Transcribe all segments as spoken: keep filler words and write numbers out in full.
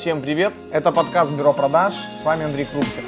Всем привет, это подкаст Бюро продаж, с вами Андрей Крупкин.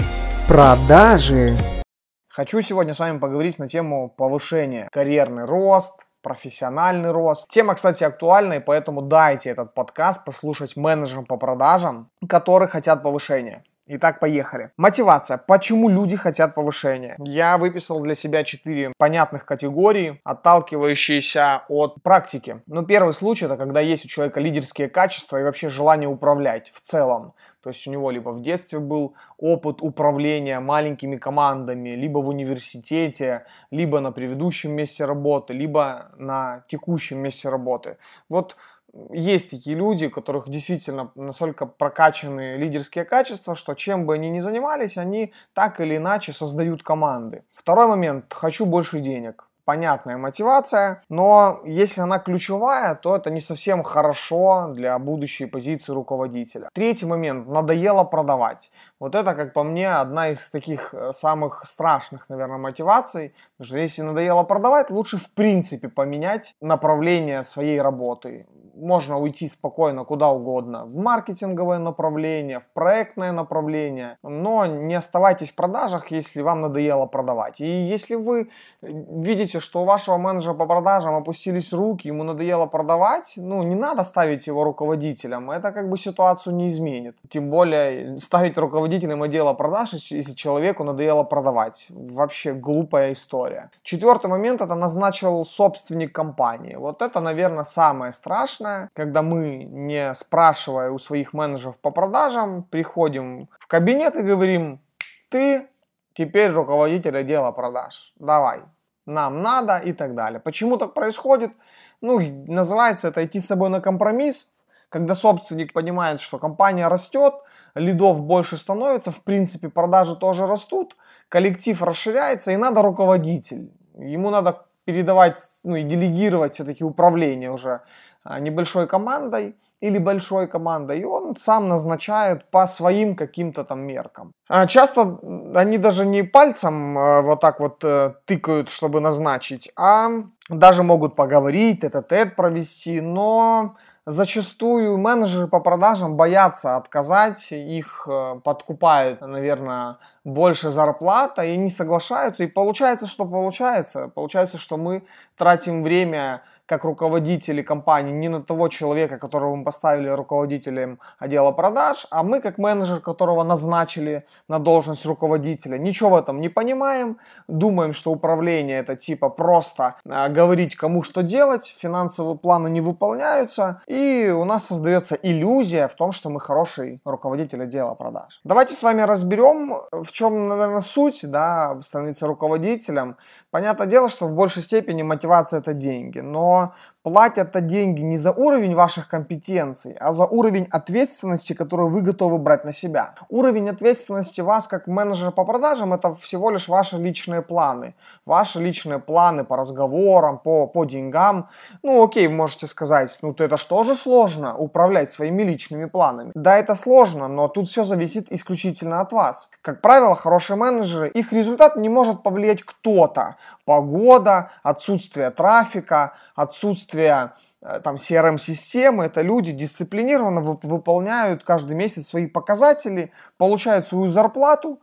Продажи. Хочу сегодня с вами поговорить на тему повышения, карьерный рост, профессиональный рост. Тема, кстати, актуальна, и поэтому дайте этот подкаст послушать менеджерам по продажам, которые хотят повышения. Итак, поехали. Мотивация. Почему люди хотят повышения? Я выписал для себя четыре понятных категории, отталкивающиеся от практики. Ну, первый случай, это когда есть у человека лидерские качества и вообще желание управлять в целом. То есть у него либо в детстве был опыт управления маленькими командами, либо в университете, либо на предыдущем месте работы, либо на текущем месте работы. Вот есть такие люди, у которых действительно настолько прокачаны лидерские качества, что чем бы они ни занимались, они так или иначе создают команды. Второй момент. Хочу больше денег. Понятная мотивация, но если она ключевая, то это не совсем хорошо для будущей позиции руководителя. Третий момент. Надоело продавать. Вот это, как по мне, одна из таких самых страшных, наверное, мотиваций. Потому что если надоело продавать, лучше в принципе поменять направление своей работы. Можно уйти спокойно куда угодно. В маркетинговое направление, в проектное направление. Но не оставайтесь в продажах, если вам надоело продавать. И если вы видите, что у вашего менеджера по продажам опустились руки, ему надоело продавать, ну, не надо ставить его руководителем. Это как бы ситуацию не изменит. Тем более ставить руководителем отдела продаж, если человеку надоело продавать. Вообще глупая история. Четвертый момент, это назначил собственник компании. Вот это, наверное, самое страшное. Когда мы, не спрашивая у своих менеджеров по продажам, приходим в кабинет и говорим: ты теперь руководитель отдела продаж, давай, нам надо и так далее. Почему так происходит? Ну, называется это идти с собой на компромисс, когда собственник понимает, что компания растет, лидов больше становится, в принципе продажи тоже растут, коллектив расширяется и надо руководитель. Ему надо передавать, ну и делегировать все-таки управление уже небольшой командой или большой командой, и он сам назначает по своим каким-то там меркам. Часто они даже не пальцем вот так вот тыкают, чтобы назначить, а даже могут поговорить, тет-а-тет провести, но зачастую менеджеры по продажам боятся отказать, их подкупают, наверное, больше зарплата, и не соглашаются, и получается, что получается. Получается, что мы тратим время как руководители компании не на того человека, которого мы поставили руководителем отдела продаж, а мы как менеджер, которого назначили на должность руководителя, ничего в этом не понимаем, думаем, что управление это типа просто э, говорить кому что делать, финансовые планы не выполняются, и у нас создается иллюзия в том, что мы хороший руководитель отдела продаж. Давайте с вами разберем, в чем, наверное, суть, да, становиться руководителем. Понятное дело, что в большей степени мотивация это деньги, но платят-то деньги не за уровень ваших компетенций, а за уровень ответственности, которую вы готовы брать на себя. Уровень ответственности вас как менеджера по продажам это всего лишь ваши личные планы. Ваши личные планы по разговорам, по, по деньгам. Ну окей, вы можете сказать, ну это ж тоже сложно управлять своими личными планами. Да, это сложно, но тут все зависит исключительно от вас. Как правило, хорошие менеджеры, их результат не может повлиять кто-то. Погода, отсутствие трафика, отсутствие там си ар эм-системы. Это люди дисциплинированно выполняют каждый месяц свои показатели, получают свою зарплату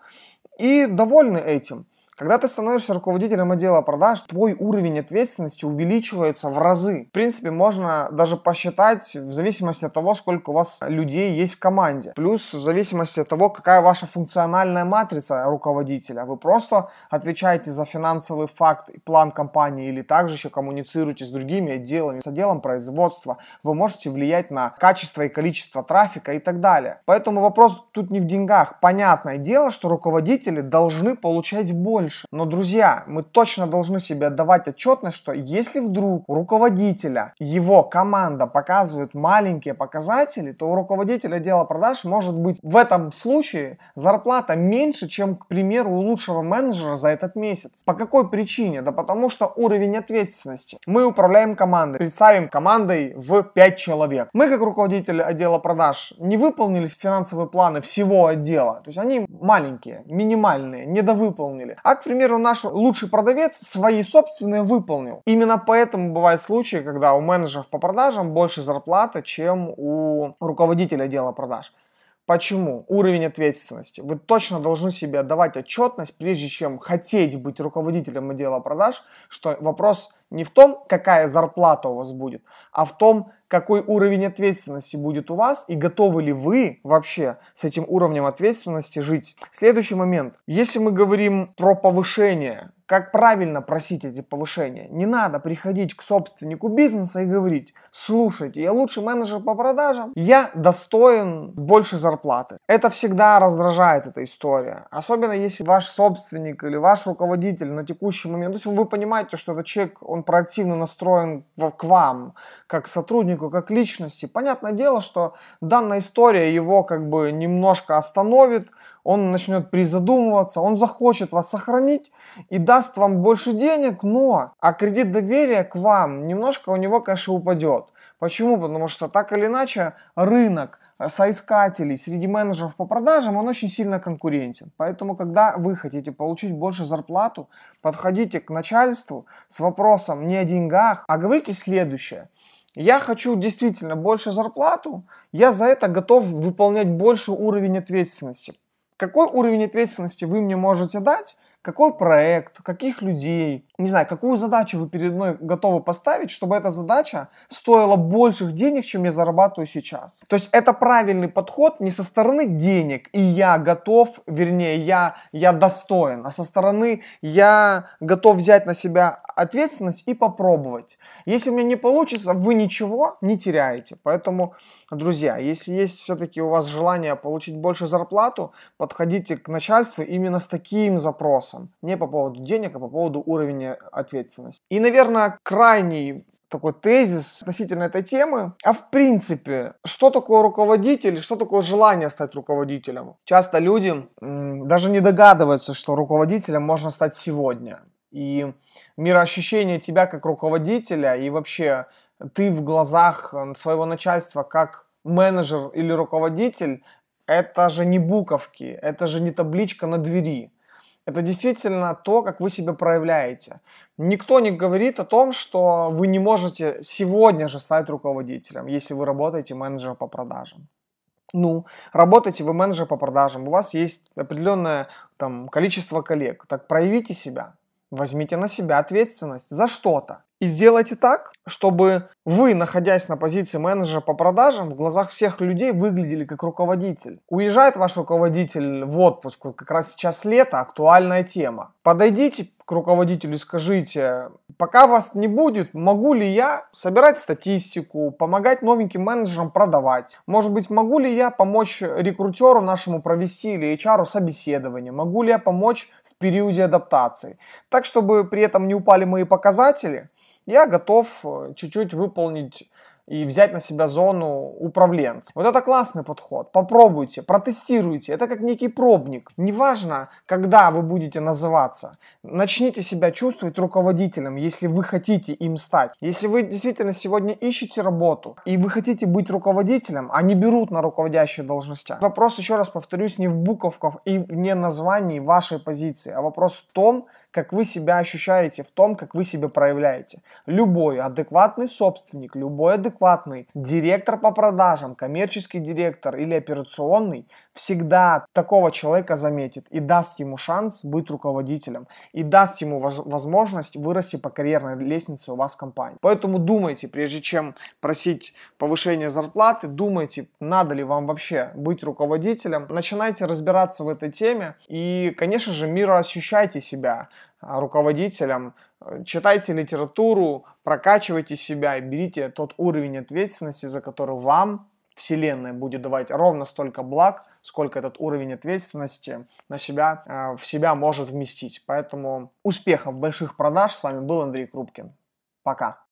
и довольны этим. Когда ты становишься руководителем отдела продаж, твой уровень ответственности увеличивается в разы. В принципе, можно даже посчитать в зависимости от того, сколько у вас людей есть в команде. Плюс в зависимости от того, какая ваша функциональная матрица руководителя. Вы просто отвечаете за финансовый факт и план компании или также еще коммуницируете с другими отделами, с отделом производства. Вы можете влиять на качество и количество трафика и так далее. Поэтому вопрос тут не в деньгах. Понятное дело, что руководители должны получать больше. Но, друзья, мы точно должны себе отдавать отчетность, что если вдруг у руководителя его команда показывает маленькие показатели, то у руководителя отдела продаж может быть в этом случае зарплата меньше, чем, к примеру, у лучшего менеджера за этот месяц. По какой причине? Да потому что уровень ответственности. Мы управляем командой. Представим командой в пять человек. Мы, как руководитель отдела продаж, не выполнили финансовые планы всего отдела. То есть они маленькие, минимальные, недовыполнили. А к примеру, наш лучший продавец свои собственные выполнил. Именно поэтому бывают случаи, когда у менеджеров по продажам больше зарплаты, чем у руководителя отдела продаж. Почему? Уровень ответственности. Вы точно должны себе отдавать отчетность, прежде чем хотеть быть руководителем отдела продаж, что вопрос не в том, какая зарплата у вас будет, а в том, какой уровень ответственности будет у вас и готовы ли вы вообще с этим уровнем ответственности жить. Следующий момент. Если мы говорим про повышение, как правильно просить эти повышения? Не надо приходить к собственнику бизнеса и говорить: слушайте, я лучший менеджер по продажам, я достоин больше зарплаты. Это всегда раздражает, эта история. Особенно если ваш собственник или ваш руководитель на текущий момент, то есть вы понимаете, что этот человек, он проактивно настроен к вам, как сотруднику, как личности. Понятное дело, что данная история его как бы немножко остановит, он начнет призадумываться, он захочет вас сохранить и даст вам больше денег, но а кредит доверия к вам немножко у него, конечно, упадет. Почему? Потому что так или иначе рынок соискателей среди менеджеров по продажам, он очень сильно конкурентен. Поэтому, когда вы хотите получить больше зарплату, подходите к начальству с вопросом не о деньгах, а говорите следующее: я хочу действительно больше зарплату, я за это готов выполнять больше уровень ответственности. Какой уровень ответственности вы мне можете дать? Какой проект, каких людей, не знаю, какую задачу вы перед мной готовы поставить, чтобы эта задача стоила больших денег, чем я зарабатываю сейчас. То есть это правильный подход не со стороны денег, и я готов, вернее, я, я достоин, а со стороны я готов взять на себя ответственность и попробовать. Если у меня не получится, вы ничего не теряете. Поэтому, друзья, если есть все-таки у вас желание получить больше зарплату, подходите к начальству именно с таким запросом. Не по поводу денег, а по поводу уровня ответственности. И, наверное, крайний такой тезис относительно этой темы. А в принципе, что такое руководитель, что такое желание стать руководителем? Часто люди м, даже не догадываются, что руководителем можно стать сегодня. И мироощущение тебя как руководителя и вообще ты в глазах своего начальства как менеджер или руководитель, это же не буковки, это же не табличка на двери. Это действительно то, как вы себя проявляете. Никто не говорит о том, что вы не можете сегодня же стать руководителем, если вы работаете менеджером по продажам. Ну, работаете вы менеджер по продажам, у вас есть определенное там количество коллег. Так проявите себя, возьмите на себя ответственность за что-то. И сделайте так, чтобы вы, находясь на позиции менеджера по продажам, в глазах всех людей выглядели как руководитель. Уезжает ваш руководитель в отпуск, вот как раз сейчас лето, актуальная тема. Подойдите к руководителю и скажите: пока вас не будет, могу ли я собирать статистику, помогать новеньким менеджерам продавать? Может быть, могу ли я помочь рекрутеру нашему провести или эйч ар собеседование? Могу ли я помочь в периоде адаптации? Так, чтобы при этом не упали мои показатели, я готов чуть-чуть выполнить и взять на себя зону управленца. Вот это классный подход. Попробуйте, протестируйте. Это как некий пробник. Неважно, когда вы будете называться. Начните себя чувствовать руководителем, если вы хотите им стать. Если вы действительно сегодня ищете работу, и вы хотите быть руководителем, а не берут на руководящие должности. Вопрос, еще раз повторюсь, не в буковках и не названии вашей позиции, а вопрос в том, как вы себя ощущаете, в том, как вы себя проявляете. Любой адекватный собственник, любой адекватный директор по продажам, коммерческий директор или операционный всегда такого человека заметит и даст ему шанс быть руководителем, и даст ему возможность вырасти по карьерной лестнице у вас в компании. Поэтому думайте, прежде чем просить повышения зарплаты, думайте, надо ли вам вообще быть руководителем. Начинайте разбираться в этой теме и, конечно же, мироощущайте себя руководителем, читайте литературу, прокачивайте себя и берите тот уровень ответственности, за который вам Вселенная будет давать ровно столько благ, сколько этот уровень ответственности на себя, э, в себя может вместить. Поэтому успехов, больших продаж. С вами был Андрей Крупкин. Пока.